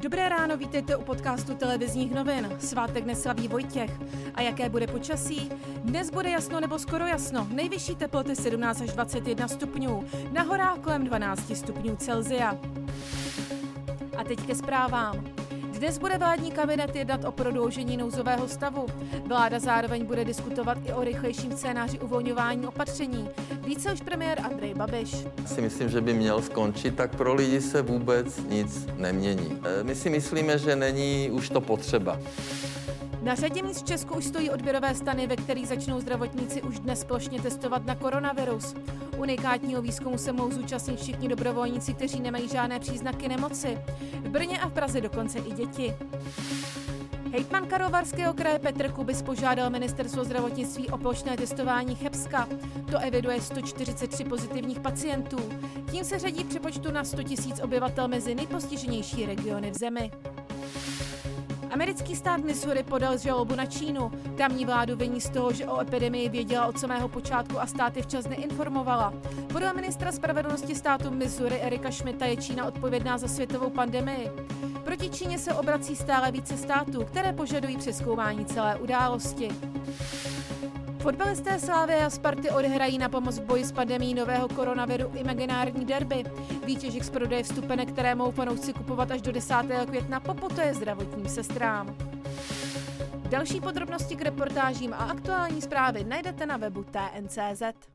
Dobré ráno, vítejte u podcastu televizních novin. Svátek neslaví Vojtěch. A jaké bude počasí? Dnes bude jasno nebo skoro jasno. Nejvyšší teploty 17 až 21 stupňů. Na horách kolem 12 stupňů Celsia. A teď ke zprávám. Dnes bude vládní kabinet jednat o prodloužení nouzového stavu. Vláda zároveň bude diskutovat i o rychlejším scénáři uvolňování opatření. Více už premiér Andrej Babiš. Si myslím, že by měl skončit, tak pro lidi se vůbec nic nemění. My si myslíme, že není už to potřeba. Na řadě míst v Česku už stojí odběrové stany, ve kterých začnou zdravotníci už dnes plošně testovat na koronavirus. Unikátního výzkumu se mohou zúčastnit všichni dobrovolníci, kteří nemají žádné příznaky nemoci. V Brně a v Praze dokonce i děti. Hejtman Karlovarského kraje Petr Kubis požádal ministerstvo zdravotnictví o plošné testování Chebska. To eviduje 143 pozitivních pacientů. Tím se řadí při počtu na 100 000 obyvatel mezi nejpostiženější regiony v zemi. Americký stát Missouri podal žalobu na Čínu. Tamní vládu viní z toho, že o epidemii věděla od samého počátku a státy včas neinformovala. Podle ministra spravedlnosti státu Missouri Erika Schmidta je Čína odpovědná za světovou pandemii. Proti Číně se obrací stále více států, které požadují přezkoumání celé události. Fotbalisté Slavie a Sparty odehrají na pomoc v boji s pandemií nového koronaviru imaginární derby. Výtěžek z prodeje vstupenek, které mohou fanoušci kupovat až do 10. května, poputuje zdravotním sestrám. Další podrobnosti k reportážím a aktuální zprávy najdete na webu TN.cz.